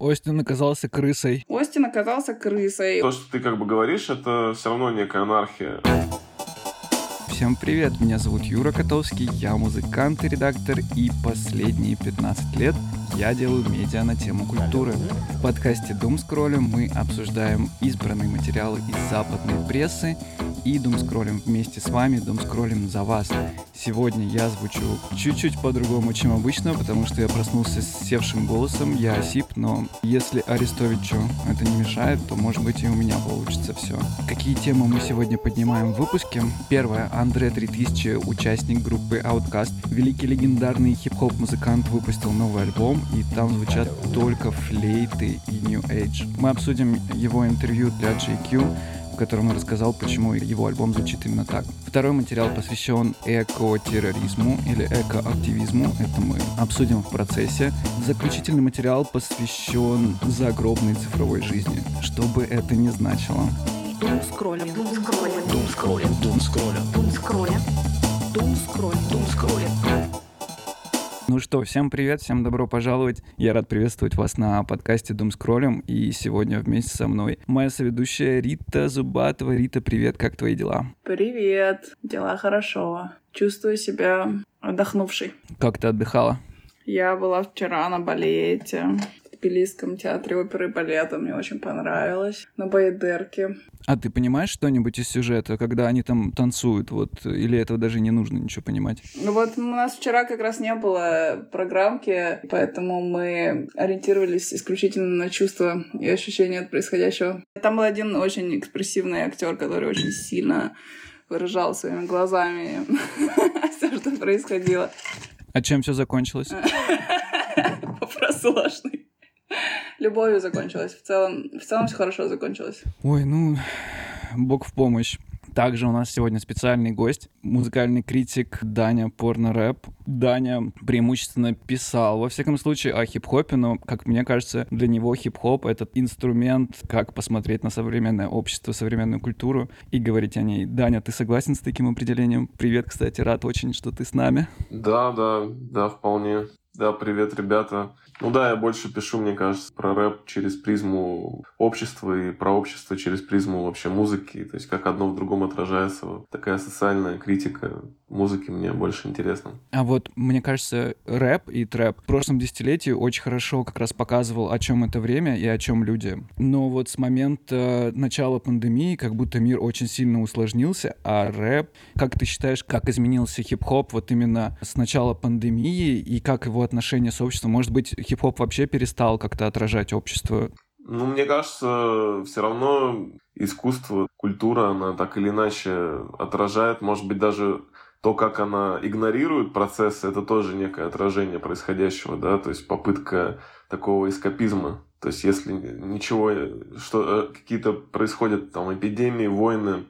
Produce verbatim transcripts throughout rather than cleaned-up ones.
Остин оказался крысой. Остин оказался крысой. То, что ты как бы говоришь, это все равно некая анархия. Всем привет, меня зовут Юра Котовский, я музыкант и редактор, и последние пятнадцать лет я делаю медиа на тему культуры. В подкасте «Думскроллим» мы обсуждаем избранные материалы из западной прессы и думскроллим вместе с вами, думскроллим за вас. Сегодня я звучу чуть-чуть по-другому, чем обычно, потому что я проснулся с севшим голосом, я осип, но если Арестовичу это не мешает, то, может быть, и у меня получится все. Какие темы мы сегодня поднимаем в выпуске? Первое. Андре три тысячи, участник группы Outkast, великий легендарный хип-хоп-музыкант, выпустил новый альбом, и там звучат только флейты и New Age. Мы обсудим его интервью для джей кью, в котором он рассказал, почему его альбом звучит именно так. Второй материал посвящен эко-терроризму или эко-активизму. Это мы обсудим в процессе. Заключительный материал посвящен загробной цифровой жизни. Что бы это ни значило. Думскроллим, думскроллим, думскроллим, думскроллим, думскроллим, думскроллим, думскроллим. Ну что, всем привет, всем добро пожаловать. Я рад приветствовать вас на подкасте «Думскроллим». И сегодня вместе со мной моя соведущая Рита Зубатова. Рита, привет, как твои дела? Привет, дела хорошо. Чувствую себя отдохнувшей. Как ты отдыхала? Я была вчера на балете в Тбилисском театре оперы и балета. Мне очень понравилось. На Баядерке. А ты понимаешь что-нибудь из сюжета, когда они там танцуют, вот, или этого даже не нужно ничего понимать? Ну вот у нас вчера как раз не было программки, поэтому мы ориентировались исключительно на чувства и ощущения от происходящего. Там был один очень экспрессивный актер, который очень сильно выражал своими глазами все, что происходило. А чем все закончилось? Вопрос сложный. Любовью закончилось. В целом, в целом все хорошо закончилось. Ой, ну, бог в помощь. Также у нас сегодня специальный гость, музыкальный критик Даня Порно-рэп. Даня преимущественно писал, во всяком случае, о хип-хопе, но, как мне кажется, для него хип-хоп — это инструмент, как посмотреть на современное общество, современную культуру и говорить о ней. Даня, ты согласен с таким определением? Привет, кстати, рад очень, что ты с нами. Да, да, да, вполне. Да, привет, ребята. Ну да, я больше пишу, мне кажется, про рэп через призму общества и про общество через призму вообще музыки. То есть как одно в другом отражается. Вот такая социальная критика музыки мне больше интересна. А вот, мне кажется, рэп и трэп в прошлом десятилетии очень хорошо как раз показывал, о чем это время и о чем люди. Но вот с момента начала пандемии как будто мир очень сильно усложнился, а рэп, как ты считаешь, как изменился хип-хоп вот именно с начала пандемии и как его отношение с обществом? Может быть, хип-хоп вообще перестал как-то отражать общество? Ну, мне кажется, все равно искусство, культура, она так или иначе отражает, может быть, даже то, как она игнорирует процессы, это тоже некое отражение происходящего, да, то есть попытка такого эскапизма. То есть если ничего, что какие-то происходят там эпидемии, войны,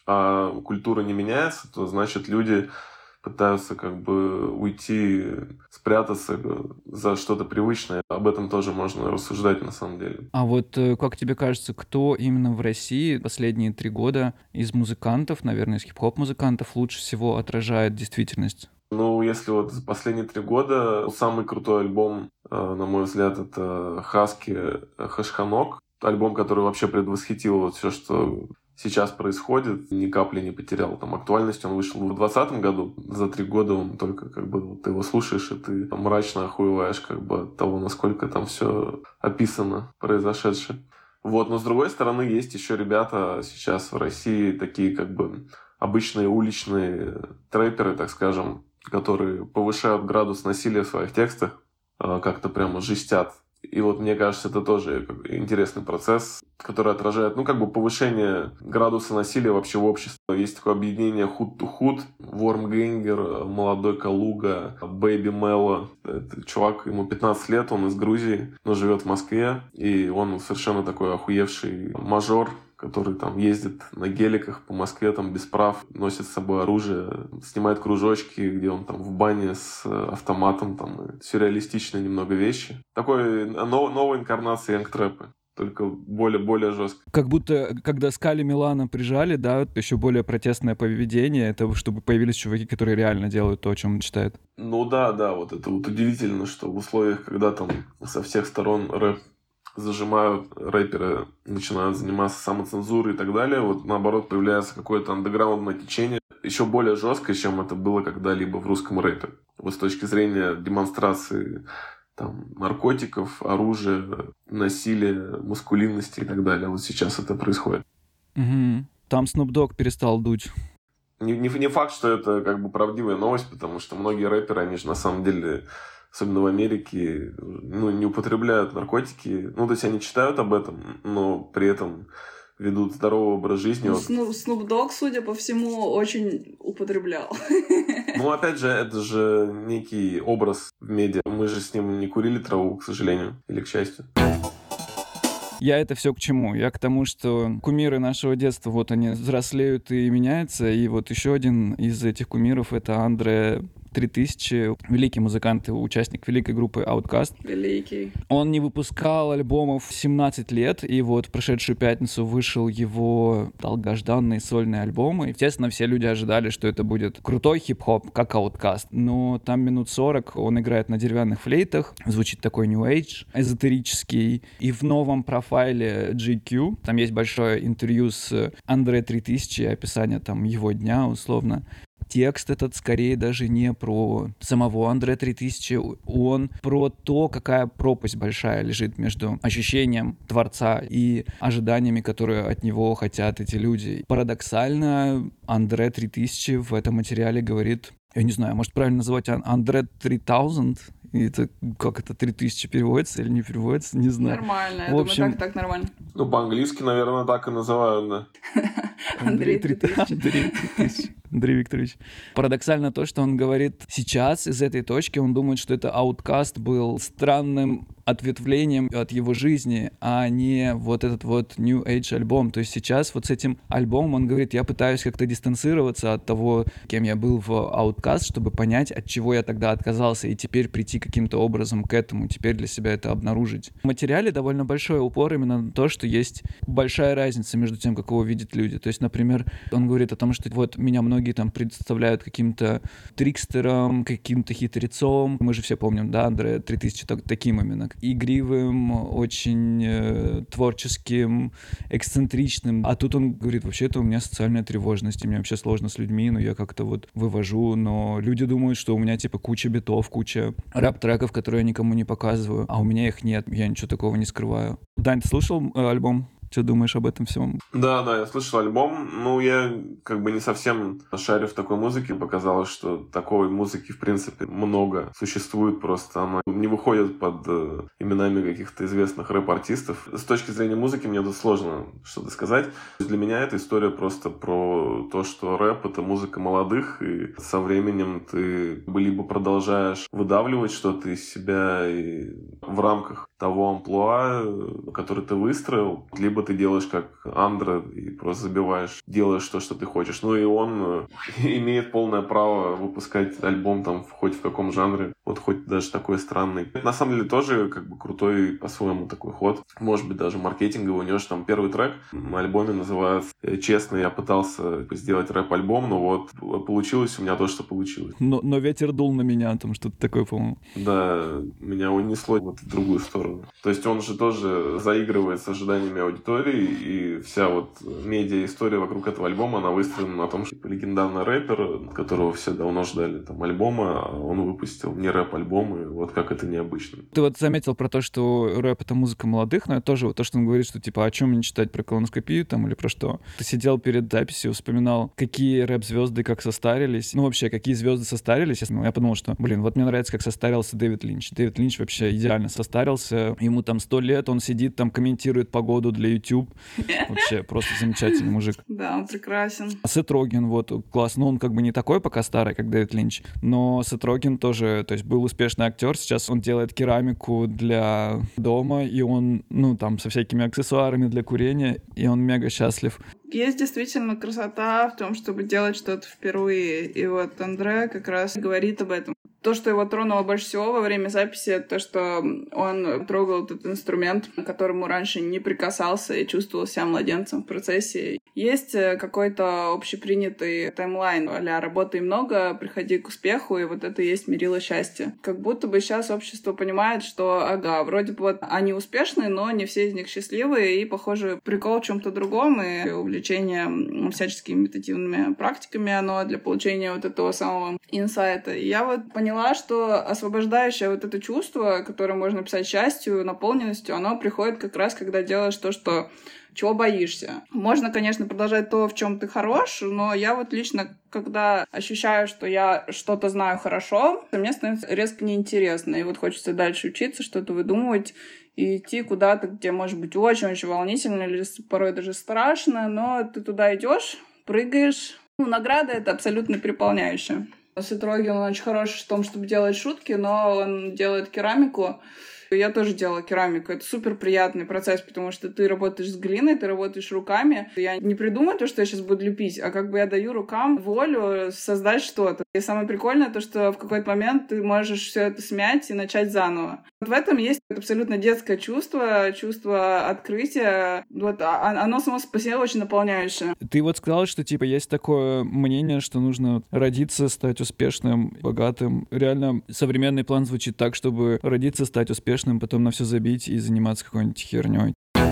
а культура не меняется, то значит люди пытаются как бы уйти, спрятаться за что-то привычное. Об этом тоже можно рассуждать на самом деле. А вот как тебе кажется, кто именно в России последние три года из музыкантов, наверное, из хип-хоп-музыкантов лучше всего отражает действительность? Ну, если вот за последние три года самый крутой альбом, на мой взгляд, это Хаски Хэшханок. Альбом, который вообще предвосхитил вот все, что сейчас происходит, ни капли не потерял там актуальность. Он вышел в двадцатом году. За три года он только как бы вот, ты его слушаешь, и ты там мрачно охуеваешь как бы от того, насколько там все описано, произошедшее. Вот, но с другой стороны, есть еще ребята сейчас в России, такие как бы обычные уличные трэперы, так скажем, которые повышают градус насилия в своих текстах, как-то прямо жестят. И вот мне кажется, это тоже интересный процесс, который отражает, ну, как бы повышение градуса насилия вообще в обществе. Есть такое объединение Hood to Hood, Вормгенгер, Молодой Калуга, Бэйби Мелло. Это чувак, ему пятнадцать лет, он из Грузии, но живет в Москве, и он совершенно такой охуевший мажор, который там ездит на геликах по Москве там без прав, носит с собой оружие, снимает кружочки, где он там в бане с автоматом, там сюрреалистичные немного вещи. Такой нов, новая инкарнация янг-трэпа, только более, более жестко. Как будто, когда Скали Милана прижали, да, еще более протестное поведение, это чтобы появились чуваки, которые реально делают то, о чем он читает. Ну да, да, вот это вот удивительно, что в условиях, когда там со всех сторон рэп зажимают рэперы, начинают заниматься самоцензурой и так далее. Вот наоборот появляется какое-то андеграундное течение, еще более жесткое, чем это было когда-либо в русском рэпе. Вот с точки зрения демонстрации там, наркотиков, оружия, насилия, маскулинности и так далее. Вот сейчас это происходит. Угу. Там Snoop Dogg перестал дуть. Не, не, не факт, что это как бы правдивая новость, потому что многие рэперы, они же на самом деле, особенно в Америке, ну, не употребляют наркотики. Ну, то есть они читают об этом, но при этом ведут здоровый образ жизни. Ну, Snoop Dogg, судя по всему, очень употреблял. Ну, опять же, это же некий образ в медиа. Мы же с ним не курили траву, к сожалению, или к счастью. Я это все к чему? Я к тому, что кумиры нашего детства, вот они взрослеют и меняются, и вот еще один из этих кумиров — это Андре три тысячи, великий музыкант и участник великой группы Outkast. Великий. Он не выпускал альбомов семнадцать лет, и вот в прошедшую пятницу вышел его долгожданный сольный альбом, и, естественно, все люди ожидали, что это будет крутой хип-хоп, как Outkast, но там минут сорок он играет на деревянных флейтах, звучит такой New Age, эзотерический, и в новом профайле джи кью, там есть большое интервью с Андре три тысячи, описание там его дня, условно. Текст этот скорее даже не про самого Андре три тысячи, он про то, какая пропасть большая лежит между ощущением творца и ожиданиями, которые от него хотят эти люди. Парадоксально, Андре три тысячи в этом материале говорит, я не знаю, может правильно называть Андре три тысячи? И это, как это, три тысячи переводится или не переводится, не знаю. Нормально, я в общем, думаю, так, так нормально. Ну, по-английски, наверное, так и называют, да. Андрей три тысячи. Андрей три тысячи. Андрей Викторович. Парадоксально то, что он говорит сейчас из этой точки, он думает, что это Outkast был странным ответвлением от его жизни, а не вот этот вот New Age альбом. То есть сейчас вот с этим альбомом он говорит, я пытаюсь как-то дистанцироваться от того, кем я был в Outkast, чтобы понять, от чего я тогда отказался, и теперь прийти каким-то образом к этому, теперь для себя это обнаружить. В материале довольно большой упор именно на то, что есть большая разница между тем, как его видят люди. То есть, например, он говорит о том, что вот меня многие там представляют каким-то трикстером, каким-то хитрецом. Мы же все помним, да, Андре три тысячи так, таким именно. Игривым, очень э, творческим, эксцентричным. А тут он говорит, вообще-то у меня социальная тревожность, и мне вообще сложно с людьми, но я как-то вот вывожу, но люди думают, что у меня типа куча битов, куча рэп-треков, которые я никому не показываю, а у меня их нет, я ничего такого не скрываю. Дань, ты слушал э, альбом? Что думаешь об этом всем? Да, да, я слышал альбом. Ну, я как бы не совсем шарю в такой музыке. Показалось, что такой музыки, в принципе, много существует просто. Она не выходит под э, именами каких-то известных рэп-артистов. С точки зрения музыки мне тут сложно что-то сказать. Для меня эта история просто про то, что рэп — это музыка молодых, и со временем ты либо продолжаешь выдавливать что-то из себя и в рамках того амплуа, который ты выстроил, либо ты делаешь как Андре и просто забиваешь, делаешь то, что ты хочешь. Ну и он имеет полное право выпускать альбом там хоть в каком жанре, вот хоть даже такой странный. Это на самом деле тоже как бы крутой по-своему такой ход. Может быть, даже маркетинговый. У него же там первый трек на альбоме называется «Честно, я пытался сделать рэп-альбом, но вот получилось у меня то, что получилось». Но, но ветер дул на меня, там что-то такое, по-моему. Да, меня унесло вот в другую сторону. То есть он же тоже заигрывает с ожиданиями аудитории, и вся вот медиа-история вокруг этого альбома, она выстроена на том, что легендарный рэпер, которого все давно ждали там альбома, а он выпустил не рэп-альбом, и вот как это необычно. Ты вот заметил про то, что рэп — это музыка молодых, но это тоже вот то, что он говорит, что типа о чем мне читать, про колоноскопию там или про что? Ты сидел перед записью, вспоминал, какие рэп-звезды как состарились, ну вообще, какие звезды состарились. Я подумал, что, блин, вот мне нравится, как состарился Дэвид Линч. Дэвид Линч вообще идеально состарился, ему там сто лет, он сидит там, комментирует погоду для YouTube. Вообще, просто замечательный мужик. Да, он прекрасен. Сет Роген, вот, класс. Ну, он как бы не такой пока старый, как Дэвид Линч, но Сет Роген тоже, то есть был успешный актер. Сейчас он делает керамику для дома, и он, ну, там, со всякими аксессуарами для курения, и он мега счастлив. Есть действительно красота в том, чтобы делать что-то впервые. И вот Андре как раз говорит об этом. То, что его тронуло больше всего во время записи, то, что он трогал этот инструмент, к которому раньше не прикасался и чувствовал себя младенцем в процессе. есть какой-то общепринятый таймлайн а-ля «работай много, приходи к успеху», и вот это и есть мерило счастья. Как будто бы сейчас общество понимает, что, ага, вроде бы вот они успешные, но не все из них счастливые, и, похоже, прикол в чем-то другом, и увлечение всяческими медитативными практиками, оно для получения вот этого самого инсайта. И я вот поняла, что освобождающее вот это чувство, которое можно писать счастью, наполненностью, оно приходит как раз, когда делаешь то, что чего боишься. Можно, конечно, продолжать то, в чем ты хорош, но я вот лично, когда ощущаю, что я что-то знаю хорошо, мне становится резко неинтересно. И вот хочется дальше учиться, что-то выдумывать и идти куда-то, где может быть очень-очень волнительно или порой даже страшно, но ты туда идешь, прыгаешь. Ну, награда — это абсолютно переполняющая. Сет Роген, он очень хороший в том, чтобы делать шутки, но он делает керамику. Я тоже делала керамику. Это супер приятный процесс, потому что ты работаешь с глиной, ты работаешь руками. Я не придумаю то, что я сейчас буду лепить, а как бы я даю рукам волю создать что-то. И самое прикольное то, что в какой-то момент ты можешь все это смять и начать заново. Вот в этом есть абсолютно детское чувство, чувство открытия. Вот оно само по себе очень наполняющее. Ты вот сказала, что типа есть такое мнение, что нужно родиться, стать успешным, богатым. Реально современный план звучит так, чтобы родиться, стать успешным, потом на все забить и заниматься какой-нибудь херней.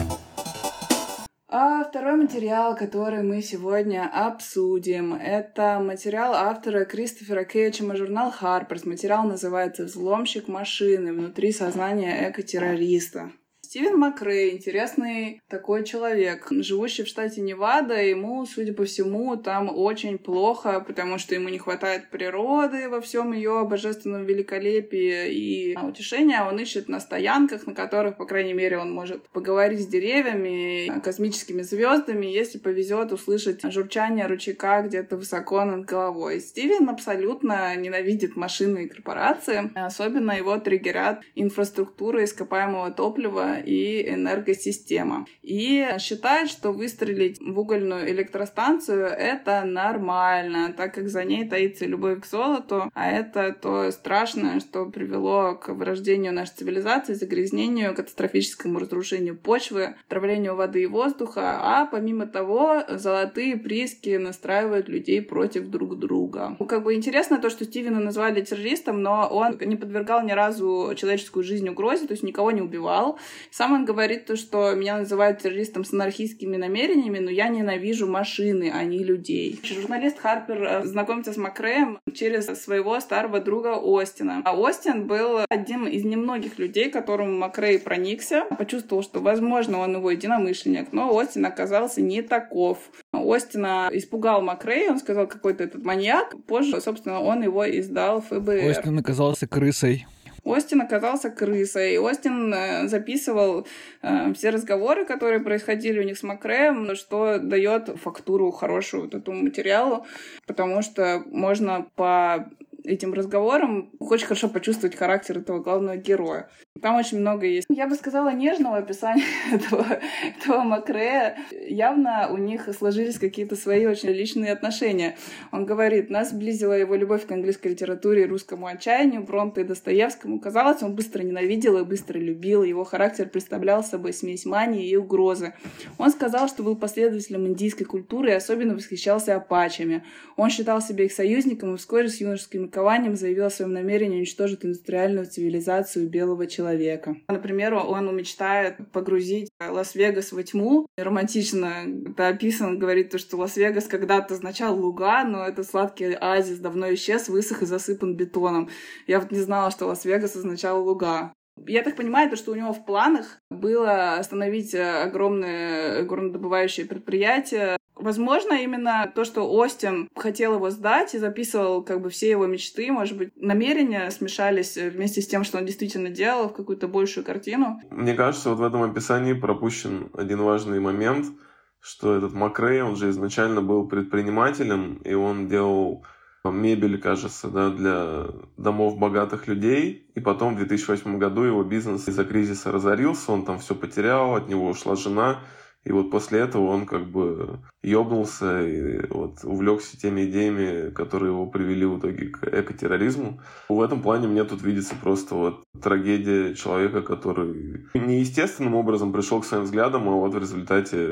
А второй материал, который мы сегодня обсудим, это материал автора Кристофера Кейчема, журнал Harper's. Материал называется «Взломщик машины. Внутри сознания экотеррориста». Стивен Макрей, интересный такой человек, живущий в штате Невада. Ему, судя по всему, там очень плохо, потому что ему не хватает природы во всем ее божественном великолепии и утешения. Он ищет на стоянках, на которых, по крайней мере, он может поговорить с деревьями, космическими звездами, если повезет услышать журчание ручейка где-то высоко над головой. Стивен абсолютно ненавидит машины и корпорации. Особенно его триггерят инфраструктура ископаемого топлива и энергосистема. И считает, что выстрелить в угольную электростанцию — это нормально, так как за ней таится любовь к золоту, а это то страшное, что привело к вырождению нашей цивилизации, загрязнению, катастрофическому разрушению почвы, отравлению воды и воздуха, а помимо того, золотые прииски настраивают людей против друг друга. Как бы интересно то, что Стивена назвали террористом, но он не подвергал ни разу человеческую жизнь угрозе, то есть никого не убивал. Сам он говорит то, что меня называют террористом с анархистскими намерениями, но я ненавижу машины, а не людей. Журналист Харпер знакомится с Макреем через своего старого друга Остина. А Остин был одним из немногих людей, которому Макрей проникся, почувствовал, что, возможно, он его единомышленник, но Остин оказался не таков. Остина испугал Макрей, он сказал, какой-то этот маньяк. Позже, собственно, он его и сдал эф бэ эр. Остин оказался крысой. Остин оказался крысой. Остин э, записывал э, все разговоры, которые происходили у них с Макреем, что дает фактуру хорошую вот этому материалу, потому что можно по этим разговорам очень хорошо почувствовать характер этого главного героя. Там очень много есть. Я бы сказала, нежного описания этого, этого Макрея. Явно у них сложились какие-то свои очень личные отношения. Он говорит, нас сблизила его любовь к английской литературе и русскому отчаянию, Бронте и Достоевскому. Казалось, он быстро ненавидел и быстро любил. Его характер представлял собой смесь мании и угрозы. Он сказал, что был последователем индийской культуры и особенно восхищался апачами. Он считал себя их союзником и вскоре с юношеским ликованием заявил о своем намерении уничтожить индустриальную цивилизацию белого человека. человека. Например, он мечтает погрузить Лас-Вегас во тьму. Романтично это описано, говорит, что Лас-Вегас когда-то означал луга, но этот сладкий оазис давно исчез, высох и засыпан бетоном. Я вот не знала, что Лас-Вегас означал луга. Я так понимаю, то, что у него в планах было остановить огромное горнодобывающее предприятие. Возможно, именно то, что Остин хотел его сдать и записывал как бы все его мечты, может быть, намерения смешались вместе с тем, что он действительно делал, в какую-то большую картину. Мне кажется, вот в этом описании пропущен один важный момент, что этот Макрей, он же изначально был предпринимателем, и он делал мебель, кажется, да, для домов богатых людей. И потом в две тысячи восьмом году его бизнес из-за кризиса разорился, он там все потерял, от него ушла жена. И вот после этого он как бы ёбнулся и вот увлекся теми идеями, которые его привели в итоге к экотерроризму. В этом плане мне тут видится просто вот трагедия человека, который неестественным образом пришел к своим взглядам, а вот в результате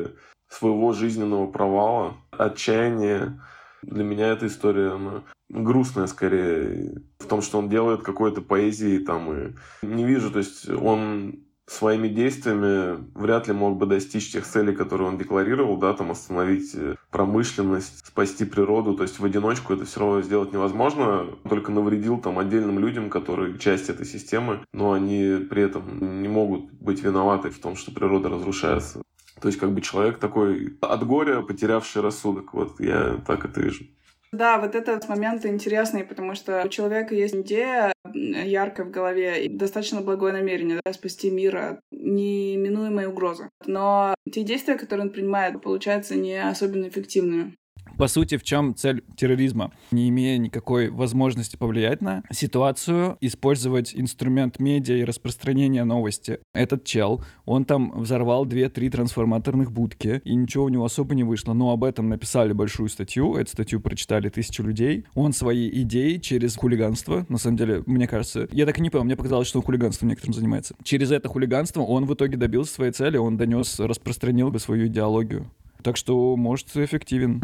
своего жизненного провала, отчаяния. Для меня эта история, она грустная скорее, в том, что он делает какой-то поэзии там, и не вижу, то есть он своими действиями вряд ли мог бы достичь тех целей, которые он декларировал, да, там остановить промышленность, спасти природу, то есть в одиночку это все равно сделать невозможно, только навредил там отдельным людям, которые часть этой системы, но они при этом не могут быть виноваты в том, что природа разрушается. То есть как бы человек такой от горя потерявший рассудок, вот я так это вижу. Да, вот этот момент интересный, потому что у человека есть идея яркая в голове и достаточно благое намерение, да, спасти мир от неминуемой угрозы. Но те действия, которые он принимает, получаются не особенно эффективными. По сути, в чем цель терроризма? Не имея никакой возможности повлиять на ситуацию, использовать инструмент медиа и распространения новости. Этот чел, он там взорвал две-три трансформаторных будки, и ничего у него особо не вышло. Но об этом написали большую статью, эту статью прочитали тысячу людей. Он свои идеи через хулиганство, на самом деле, мне кажется, я так и не понял, мне показалось, что он хулиганством некоторым занимается. Через это хулиганство он в итоге добился своей цели, он донес, распространил бы свою идеологию. Так что, может, эффективен.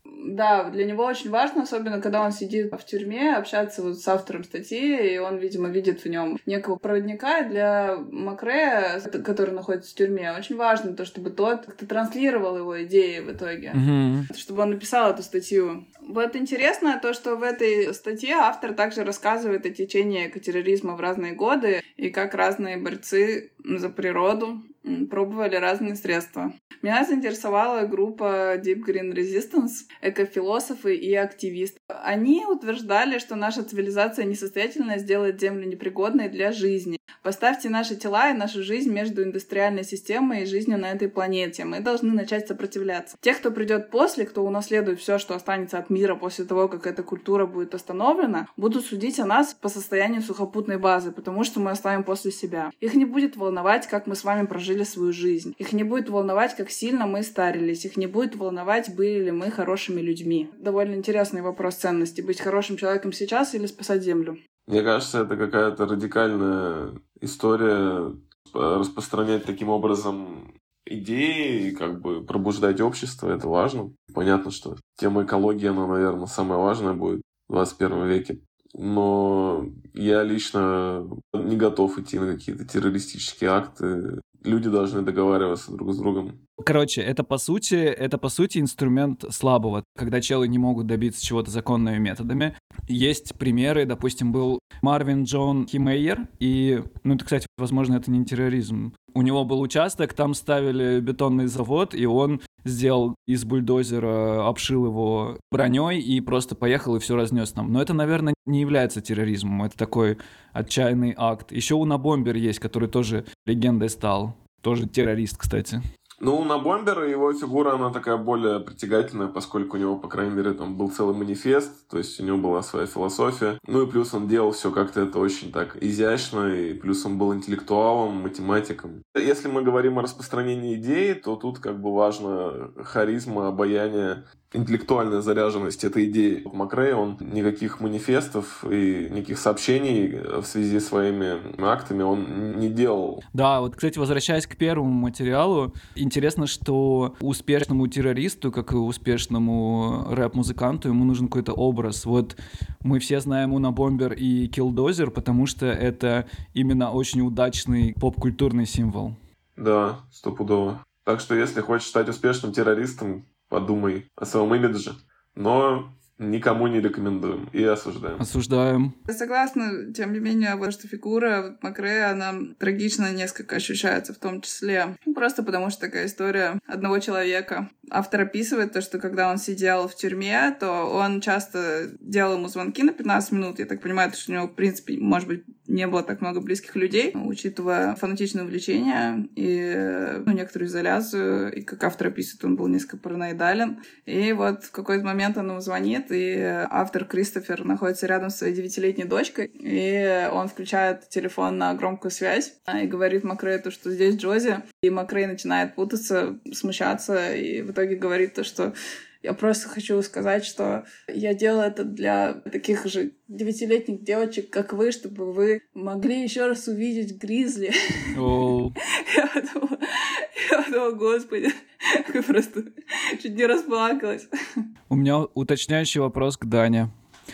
Да, для него очень важно, особенно когда он сидит в тюрьме, общаться вот с автором статьи, и он, видимо, видит в нем некого проводника. Для Макрея, который находится в тюрьме, очень важно то, чтобы тот как-то транслировал его идеи в итоге, mm-hmm. чтобы он написал эту статью. Вот интересно то, что в этой статье автор также рассказывает о течении экотерроризма в разные годы и как разные борцы за природу пробовали разные средства. Меня заинтересовала группа Deep Green Resistance, экофилософы и активисты. Они утверждали, что наша цивилизация несостоятельна, сделает Землю непригодной для жизни. Поставьте наши тела и нашу жизнь между индустриальной системой и жизнью на этой планете. Мы должны начать сопротивляться. Те, кто придет после, кто унаследует все, что останется от мира после того, как эта культура будет остановлена, будут судить о нас по состоянию сухопутной базы, потому что мы оставим после себя. Их не будет волновать, как мы с вами прожили свою жизнь. Их не будет волновать, как сильно мы старились. Их не будет волновать, были ли мы хорошими людьми. Довольно интересный вопрос ценности. Быть хорошим человеком сейчас или спасать Землю? Мне кажется, это какая-то радикальная история распространять таким образом идеи и как бы пробуждать общество. Это важно. Понятно, что тема экологии, она, наверное, самая важная будет в двадцать первом веке. Но я лично не готов идти на какие-то террористические акты. Люди должны договариваться друг с другом. Короче, это по сути, это по сути инструмент слабого, когда челы не могут добиться чего-то законными методами. Есть примеры, допустим, был Марвин Джон Химейер, и, ну, это, кстати, возможно, это не терроризм. У него был участок, там ставили бетонный завод, и он сделал из бульдозера, обшил его броней и просто поехал и все разнес там. Но это, наверное, не является терроризмом, это такой отчаянный акт. Еще Унабомбер есть, который тоже легендой стал, тоже террорист, кстати. Ну, на Бомбера его фигура, она такая более притягательная, поскольку у него, по крайней мере, там был целый манифест, то есть у него была своя философия. Ну и плюс он делал все как-то это очень так изящно, и плюс он был интеллектуалом, математиком. Если мы говорим о распространении идей, то тут как бы важна харизма, обаяние, интеллектуальная заряженность этой идеи. Макрей, он никаких манифестов и никаких сообщений в связи с своими актами он не делал. Да, вот, кстати, возвращаясь к первому материалу, интересно, что успешному террористу, как и успешному рэп-музыканту, ему нужен какой-то образ. Вот мы все знаем Унабомбер и Killdozer, потому что это именно очень удачный поп-культурный символ. Да, стопудово. Так что если хочешь стать успешным террористом, подумай о своем имидже, но никому не рекомендуем и осуждаем. Осуждаем. Я согласна, тем не менее, вот что фигура Макрея, она трагично несколько ощущается в том числе. Просто потому что такая история одного человека. Автор описывает то, что когда он сидел в тюрьме, то он часто делал ему звонки на пятнадцать минут. Я так понимаю, что у него, в принципе, может быть, не было так много близких людей, учитывая фанатичное увлечение и ну, некоторую изоляцию. И как автор описывает, он был несколько параноидален. И вот в какой-то момент он ему звонит, и автор Кристофер находится рядом с своей девятилетней дочкой, и он включает телефон на громкую связь и говорит Макрею, что здесь Джози. И Макрей начинает путаться, смущаться, и в итоге говорит то, что я просто хочу сказать, что я делаю это для таких же девятилетних девочек, как вы, чтобы вы могли еще раз увидеть Гризли. Oh. Я подумала, О, Господи. Просто чуть не расплакалась. У меня уточняющий вопрос к Дане.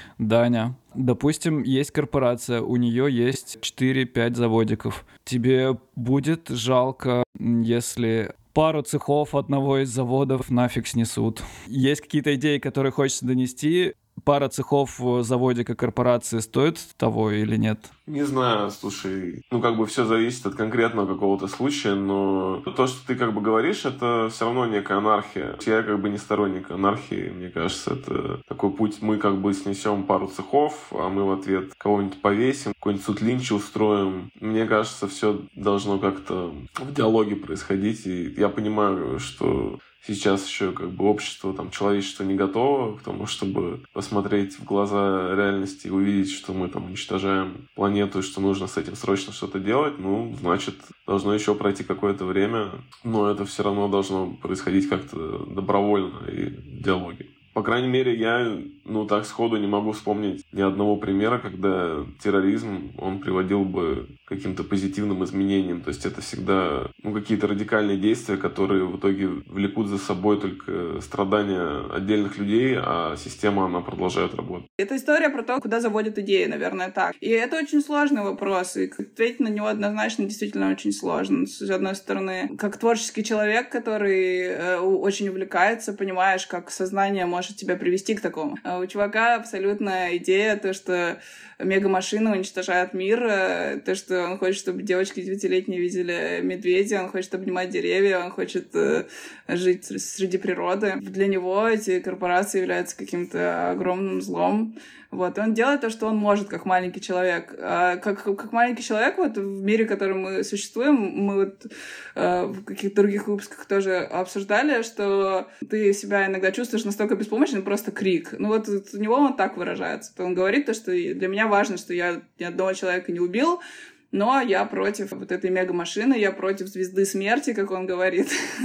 Даня, допустим, есть корпорация, у нее есть четыре-пять заводиков. Тебе будет жалко, если пару цехов одного из заводов нафиг снесут? Есть какие-то идеи, которые хочется донести? Пара цехов заводика корпорации стоит того или нет? Не знаю, слушай, ну как бы все зависит от конкретного какого-то случая, но то, что ты как бы говоришь, это все равно некая анархия. Я как бы не сторонник анархии, мне кажется, это такой путь, мы как бы снесем пару цехов, а мы в ответ кого-нибудь повесим, какой-нибудь суд линча устроим. Мне кажется, все должно как-то в диалоге происходить, и я понимаю, что сейчас еще как бы общество, там, человечество не готово к тому, чтобы посмотреть в глаза реальности и увидеть, что мы там уничтожаем планету и что нужно с этим срочно что-то делать. Ну, значит, должно еще пройти какое-то время, но это все равно должно происходить как-то добровольно и в диалоге. По крайней мере, я, ну, так сходу не могу вспомнить ни одного примера, когда терроризм, он приводил бы к каким-то позитивным изменениям. То есть это всегда, ну, какие-то радикальные действия, которые в итоге влекут за собой только страдания отдельных людей, а система, она продолжает работать. Это история про то, куда заводят идеи, наверное, так. И это очень сложный вопрос, и ответить на него однозначно действительно очень сложно. С одной стороны, как творческий человек, который э, очень увлекается, понимаешь, как сознание может тебя привести к такому. А у чувака абсолютная идея, то, что мегамашина уничтожает мир, то, что он хочет, чтобы девочки девятилетние видели медведя, он хочет обнимать деревья, он хочет э, жить среди природы. Для него эти корпорации являются каким-то огромным злом. Вот. И он делает то, что он может, как маленький человек. А как, как маленький человек вот, в мире, в котором мы существуем, мы вот, э, в каких-то других выпусках тоже обсуждали, что ты себя иногда чувствуешь настолько беспомощным, просто крик. Ну вот у него он так выражается. Он говорит то, что для меня важно, что я ни одного человека не убил, но я против вот этой мегамашины, я против звезды смерти, как он говорит.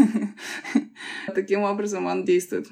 Таким образом он действует.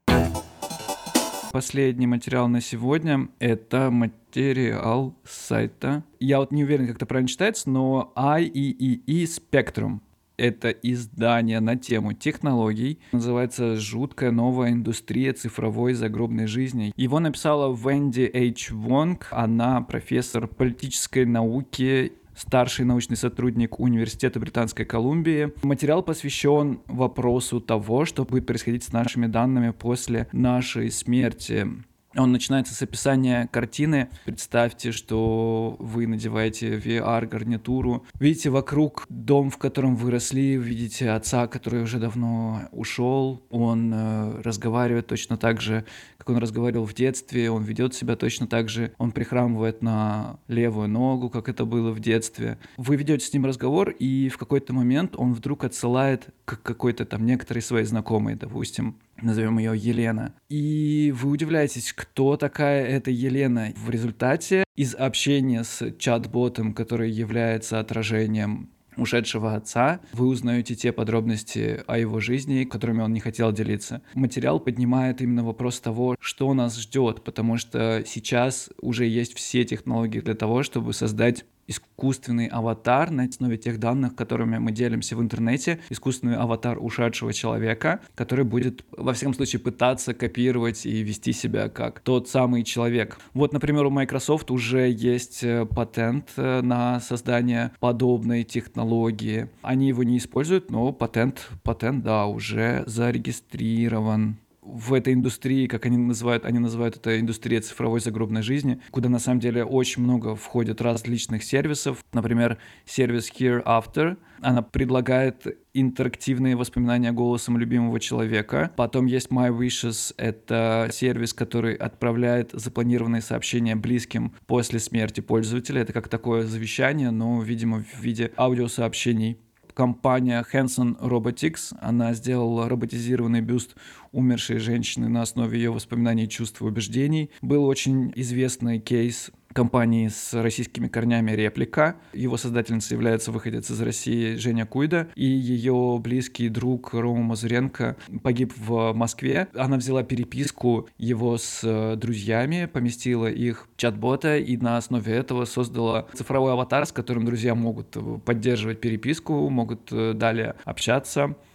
Последний материал на сегодня — это материал с сайта. Я вот не уверен, как это правильно читается, но ай и и и Spectrum. Это издание на тему технологий. Называется «Жуткая новая индустрия цифровой загробной жизни». Его написала Венди Эйч Вонг. Она профессор политической науки, старший научный сотрудник Университета Британской Колумбии. Материал посвящен вопросу того, что будет происходить с нашими данными после нашей смерти. Он начинается с описания картины. Представьте, что вы надеваете ви ар-гарнитуру, видите вокруг дом, в котором вы росли, видите отца, который уже давно ушел. Он э, разговаривает точно так же, как он разговаривал в детстве, он ведет себя точно так же, он прихрамывает на левую ногу, как это было в детстве. Вы ведете с ним разговор, и в какой-то момент он вдруг отсылает к какой-то там некоторой своей знакомой, допустим, назовем ее Елена. И вы удивляетесь, кто такая эта Елена. В результате из общения с чат-ботом, который является отражением ушедшего отца, вы узнаете те подробности о его жизни, которыми он не хотел делиться. Материал поднимает именно вопрос того, что нас ждет, потому что сейчас уже есть все технологии для того, чтобы создать искусственный аватар на основе тех данных, которыми мы делимся в интернете, искусственный аватар ушедшего человека, который будет, во всяком случае, пытаться копировать и вести себя как тот самый человек. Вот, например, у Microsoft уже есть патент на создание подобной технологии. Они его не используют, но патент, патент, да, уже зарегистрирован. В этой индустрии, как они называют, они называют это индустрия цифровой загробной жизни, куда на самом деле очень много входит различных сервисов. Например, сервис Hereafter, она предлагает интерактивные воспоминания голосом любимого человека. Потом есть My Wishes, это сервис, который отправляет запланированные сообщения близким после смерти пользователя. Это как такое завещание, но, видимо, в виде аудиосообщений. Компания Hanson Robotics, она сделала роботизированный бюст умершей женщины на основе ее воспоминаний, чувств и убеждений. Был очень известный кейс компании с российскими корнями «Реплика». Его создательницей является выходец из России Женя Куйда, и ее близкий друг Рома Мазуренко погиб в Москве. Она взяла переписку его с друзьями, поместила их в чат-бота и на основе этого создала цифровой аватар, с которым друзья могут поддерживать переписку, могут далее общаться.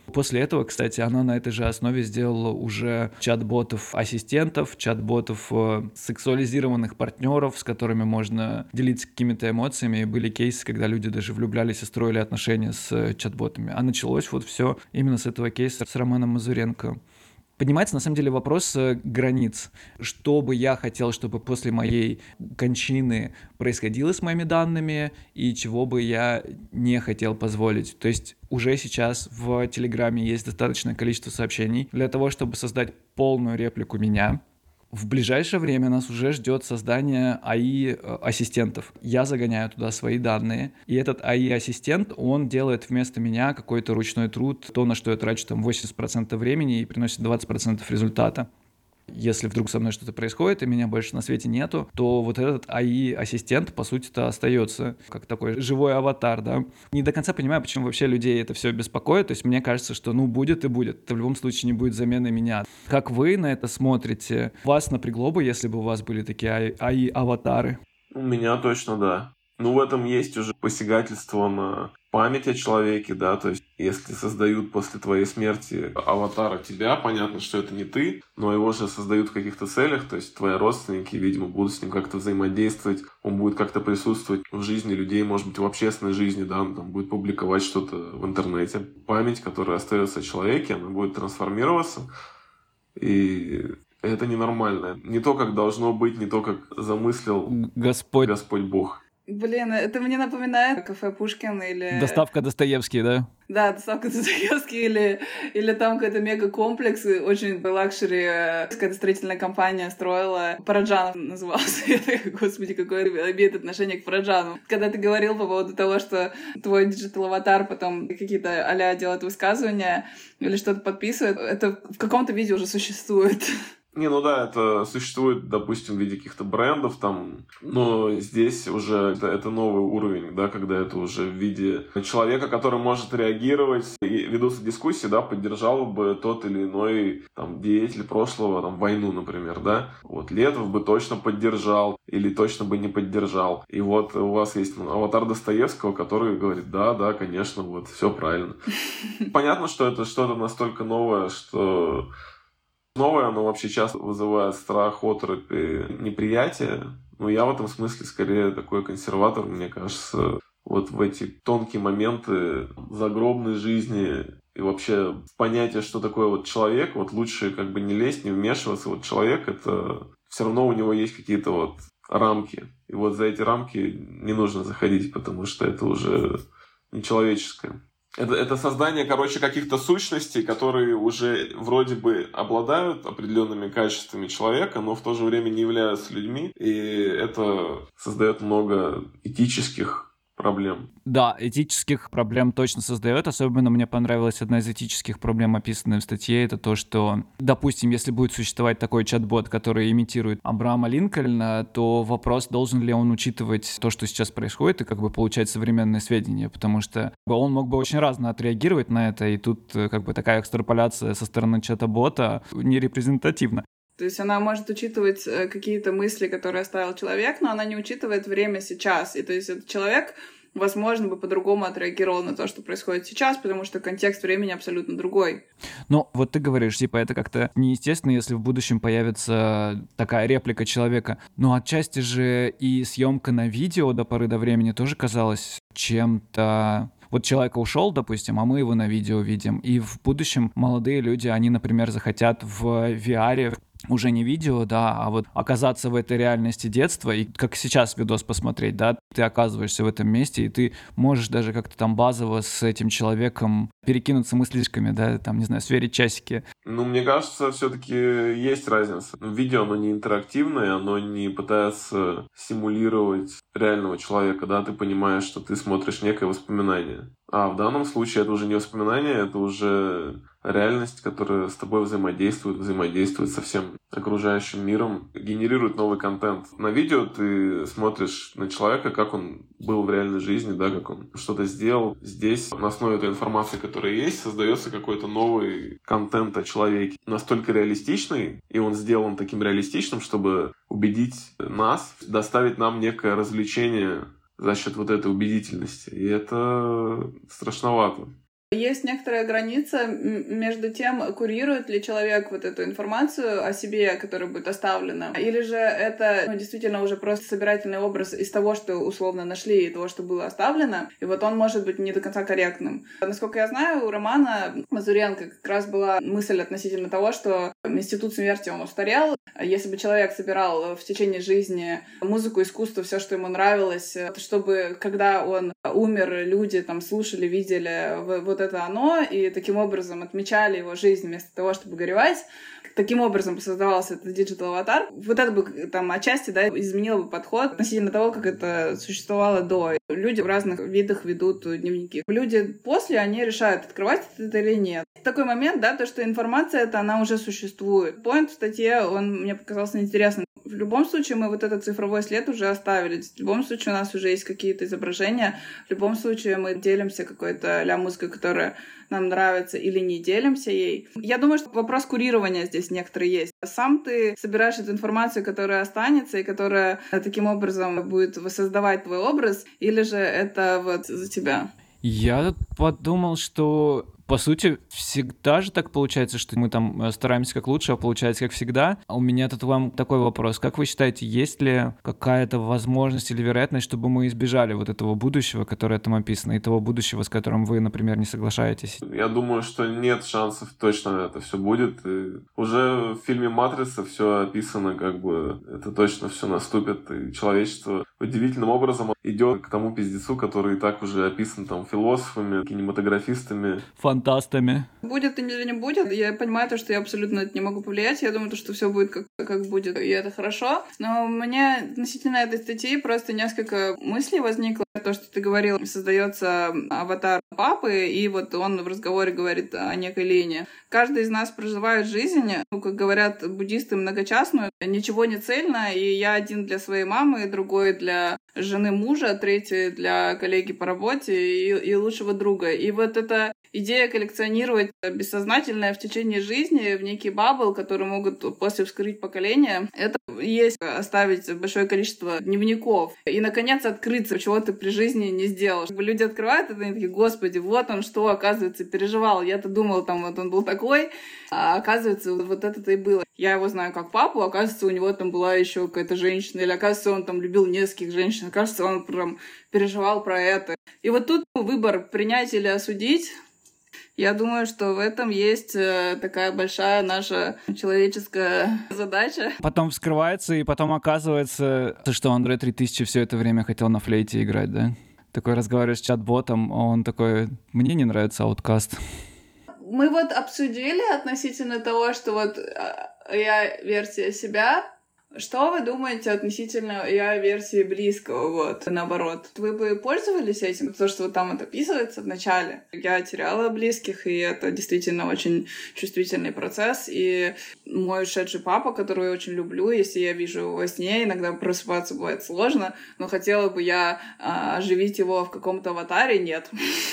После этого, кстати, она на этой же основе сделала уже чат-ботов-ассистентов, чат-ботов э, сексуализированных партнеров, с которыми можно делиться какими-то эмоциями. И были кейсы, когда люди даже влюблялись и строили отношения с э, чат-ботами. А началось вот все именно с этого кейса с Романом Мазуренко. Поднимается, на самом деле, вопрос э, границ. Что бы я хотел, чтобы после моей кончины происходило с моими данными, и чего бы я не хотел позволить. То есть уже сейчас в Телеграме есть достаточное количество сообщений для того, чтобы создать полную реплику меня. В ближайшее время нас уже ждет создание эй ай-ассистентов. Я загоняю туда свои данные, и этот эй ай-ассистент, он делает вместо меня какой-то ручной труд, то, на что я трачу там восемьдесят процентов времени и приносит двадцать процентов результата. Если вдруг со мной что-то происходит, и меня больше на свете нету, то вот этот эй ай-ассистент, по сути-то, остается как такой живой аватар, да. Не до конца понимаю, почему вообще людей это все беспокоит. То есть мне кажется, что ну будет и будет. Это в любом случае не будет замены меня. Как вы на это смотрите? Вас напрягло бы, если бы у вас были такие эй ай-аватары? У меня точно да. Ну, в этом есть уже посягательство на память о человеке, да, то есть если создают после твоей смерти аватара тебя, понятно, что это не ты, но его же создают в каких-то целях, то есть твои родственники, видимо, будут с ним как-то взаимодействовать, он будет как-то присутствовать в жизни людей, может быть, в общественной жизни, да, он там будет публиковать что-то в интернете. Память, которая остается о человеке, она будет трансформироваться, и это ненормально. Не то, как должно быть, не то, как замыслил Господь, Господь Бог. Блин, это мне напоминает кафе Пушкин или... Доставка Достоевский, да? Да, доставка Достоевский или, или там какой-то мега-комплекс, очень лакшери, какая-то строительная компания строила. Параджанов назывался. Я такая, господи, какое имеет отношение к Параджану. Когда ты говорил по поводу того, что твой диджитал-аватар потом какие-то а-ля делает высказывания или что-то подписывает, это в каком-то виде уже существует. Не, ну да, это существует, допустим, в виде каких-то брендов там, но здесь уже это, это новый уровень, да, когда это уже в виде человека, который может реагировать, и ведутся дискуссии, да, поддержал бы тот или иной там деятель прошлого, там, войну, например, да, вот Летов бы точно поддержал или точно бы не поддержал, и вот у вас есть ну, аватар Достоевского, который говорит, да, да, конечно, вот, все правильно. Понятно, что это что-то настолько новое, что... Новое, оно вообще часто вызывает страх, оторопь и неприятие. Но я в этом смысле скорее такой консерватор, мне кажется. Вот в эти тонкие моменты загробной жизни и вообще в понятие, что такое вот человек, вот лучше как бы не лезть, не вмешиваться. Вот человек, это все равно у него есть какие-то вот рамки. И вот за эти рамки не нужно заходить, потому что это уже нечеловеческое. Это, это создание, короче, каких-то сущностей, которые уже вроде бы обладают определенными качествами человека, но в то же время не являются людьми. И это создает много этических проблем. Да, этических проблем точно создает. Особенно мне понравилась одна из этических проблем, описанная в статье, это то, что, допустим, если будет существовать такой чат-бот, который имитирует Абрахама Линкольна, то вопрос, должен ли он учитывать то, что сейчас происходит, и как бы получать современные сведения, потому что он мог бы очень разно отреагировать на это, и тут как бы такая экстраполяция со стороны чата-бота не репрезентативна. То есть она может учитывать какие-то мысли, которые оставил человек, но она не учитывает время сейчас. И то есть этот человек, возможно, бы по-другому отреагировал на то, что происходит сейчас, потому что контекст времени абсолютно другой. Ну, вот ты говоришь, типа, это как-то неестественно, если в будущем появится такая реплика человека. Но отчасти же и съемка на видео до поры до времени тоже казалась чем-то... Вот человек ушел, допустим, а мы его на видео видим. И в будущем молодые люди, они, например, захотят в ви ар уже не видео, да, а вот оказаться в этой реальности детства, и как сейчас видос посмотреть, да, ты оказываешься в этом месте, и ты можешь даже как-то там базово с этим человеком перекинуться мыслишками, да, там, не знаю, сверить часики. Ну, мне кажется, все-таки есть разница. Видео, оно не интерактивное, оно не пытается симулировать реального человека, да, ты понимаешь, что ты смотришь некое воспоминание. А в данном случае это уже не воспоминание, это уже реальность, которая с тобой взаимодействует, взаимодействует со всем окружающим миром, генерирует новый контент. На видео ты смотришь на человека, как он был в реальной жизни, да, как он что-то сделал. Здесь на основе той информации, которая есть, создается какой-то новый контент о человеке. Настолько реалистичный, и он сделан таким реалистичным, чтобы убедить нас, доставить нам некое развлечение за счет вот этой убедительности. И это страшновато. Есть некоторая граница между тем, курирует ли человек вот эту информацию о себе, которая будет оставлена, или же это ну, действительно уже просто собирательный образ из того, что условно нашли, и того, что было оставлено, и вот он может быть не до конца корректным. Насколько я знаю, у Романа Мазуренко как раз была мысль относительно того, что институт смерти, он устарел. Если бы человек собирал в течение жизни музыку, искусство, все, что ему нравилось, чтобы когда он умер, люди там слушали, видели вот это оно, и таким образом отмечали его жизнь вместо того, чтобы горевать. Таким образом создавался этот диджитал-аватар. Вот это бы там отчасти да, изменило бы подход относительно того, как это существовало до. Люди в разных видах ведут дневники. Люди после, они решают, открывать это или нет. Такой момент, да, то, что информация эта, она уже существует. Поинт в статье, он мне показался интересным. В любом случае мы вот этот цифровой след уже оставили. В любом случае у нас уже есть какие-то изображения. В любом случае мы делимся какой-то ля музыкой, которая нам нравится, или не делимся ей. Я думаю, что вопрос курирования здесь некоторый есть. Сам ты собираешь эту информацию, которая останется и которая таким образом будет воссоздавать твой образ, или же это вот за тебя? Я подумал, что по сути, всегда же так получается, что мы там стараемся как лучше, а получается как всегда. А у меня тут вам такой вопрос. Как вы считаете, есть ли какая-то возможность или вероятность, чтобы мы избежали вот этого будущего, которое там описано, и того будущего, с которым вы, например, не соглашаетесь? Я думаю, что нет шансов точно это все будет. И уже в фильме «Матрица» все описано, как бы это точно все наступит, и человечество удивительным образом идет к тому пиздецу, который и так уже описан там философами, кинематографистами. Фантастами. Будет или не будет, я понимаю то, что я абсолютно это не могу повлиять. Я думаю, то, что все будет как, как будет, и это хорошо. Но у меня относительно этой статьи просто несколько мыслей возникло. То, что ты говорил, создается аватар папы, и вот он в разговоре говорит о некой линии. Каждый из нас проживает жизнь, ну, как говорят буддисты, многочастную, ничего не цельно, и я один для своей мамы, другой для жены мужа, третий для коллеги по работе и, и лучшего друга. И вот эта идея коллекционировать бессознательное в течение жизни в некий бабл, который могут после вскрыть поколения, это есть оставить большое количество дневников. И, наконец, открыться, чего ты при жизни не сделал. Люди открывают это, и они такие: господи, вот он что, оказывается, переживал. Я-то думала, там, вот он был такой, а оказывается, вот это-то и было. Я его знаю как папу, оказывается, у него там была еще какая-то женщина, или, оказывается, он там любил нескольких женщин, оказывается, он прям переживал про это. И вот тут выбор принять или осудить. Я думаю, что в этом есть э, такая большая наша человеческая задача. Потом вскрывается, и потом оказывается, что Андре три тысячи все это время хотел на флейте играть, да? Такой разговариваешь с чат-ботом, а он такой: мне не нравится Outcast. Мы вот обсудили относительно того, что вот я версия себя. Что вы думаете относительно я версии близкого, вот, наоборот? Вы бы пользовались этим? То, что вот там это описывается в начале. Я теряла близких, и это действительно очень чувствительный процесс. И мой ушедший папа, которого я очень люблю, если я вижу его во сне, иногда просыпаться бывает сложно, но хотела бы я а, оживить его в каком-то аватаре, нет.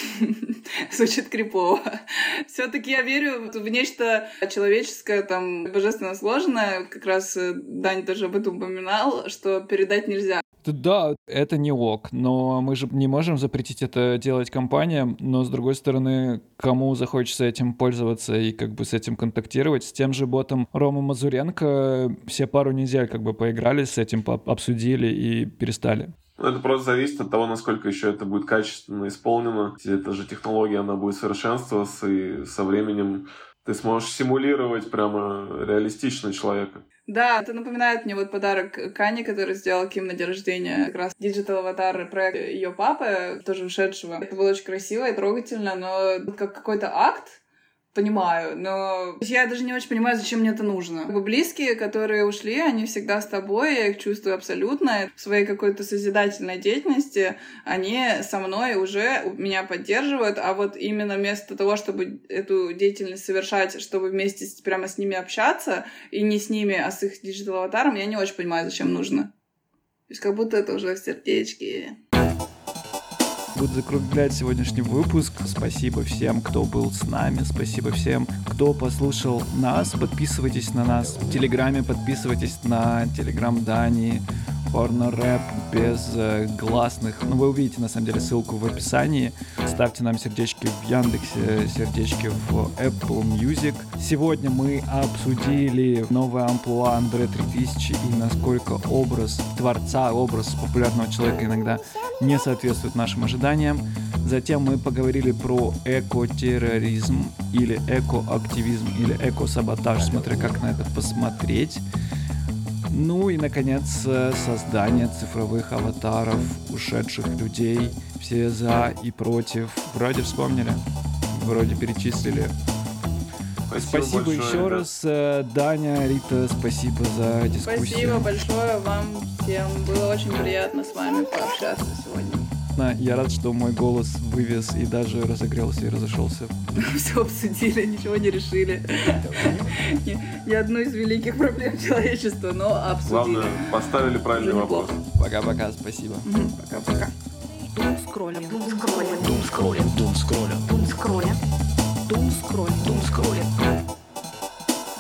Звучит крипово. Все-таки я верю в нечто человеческое, там, божественно сложное. Как раз Дань тоже об этом упоминал, что передать нельзя. Да, это не ок, но мы же не можем запретить это делать компаниям, но, с другой стороны, кому захочется этим пользоваться и как бы с этим контактировать, с тем же ботом Рома Мазуренко все пару недель как бы поиграли с этим, обсудили и перестали. Это просто зависит от того, насколько еще это будет качественно исполнено. Эта же технология, она будет совершенствоваться, и со временем ты сможешь симулировать прямо реалистично человека. Да, это напоминает мне вот подарок Кани, который сделал Ким на день рождения. Как раз диджитал-аватар проект ее папы, тоже ушедшего. Это было очень красиво и трогательно, но как какой-то акт, понимаю, но я даже не очень понимаю, зачем мне это нужно. Как бы близкие, которые ушли, они всегда с тобой, я их чувствую абсолютно. В своей какой-то созидательной деятельности они со мной уже меня поддерживают, а вот именно вместо того, чтобы эту деятельность совершать, чтобы вместе с, прямо с ними общаться, и не с ними, а с их диджитал-аватаром, я не очень понимаю, зачем нужно. То есть как будто это уже в сердечке. Буду закруглять сегодняшний выпуск. Спасибо всем, кто был с нами. Спасибо всем, кто послушал нас. Подписывайтесь на нас в Телеграме, подписывайтесь на Телеграм Дани. порно-рэп без э, гласных. Ну, вы увидите, на самом деле, ссылку в описании. Ставьте нам сердечки в Яндексе, сердечки в Apple Music. Сегодня мы обсудили новое амплуа Андре три тысячи и насколько образ творца, образ популярного человека иногда не соответствует нашим ожиданиям. Затем мы поговорили про экотерроризм или экоактивизм или экосаботаж, смотря как на это посмотреть. Ну и, наконец, создание цифровых аватаров, ушедших людей. Все за и против. Вроде вспомнили, вроде перечислили. Спасибо, Спасибо большое, еще ребят. раз, Даня, Рита, спасибо за дискуссию. Спасибо большое вам всем. Было очень приятно с вами пообщаться сегодня. Я рад, что мой голос вывез и даже разогрелся и разошелся. Все обсудили, ничего не решили. Ни, ни одну из великих проблем человечества, но обсудили. Главное, поставили правильный Уже вопрос. неплохо. Пока-пока, спасибо. Мгм, Пока-пока. Дум-скроллинг, дум-скроллинг, дум-скроллинг, дум-скроллинг, дум-скроллинг, дум-скроллинг, дум-скроллинг, дум-скроллинг.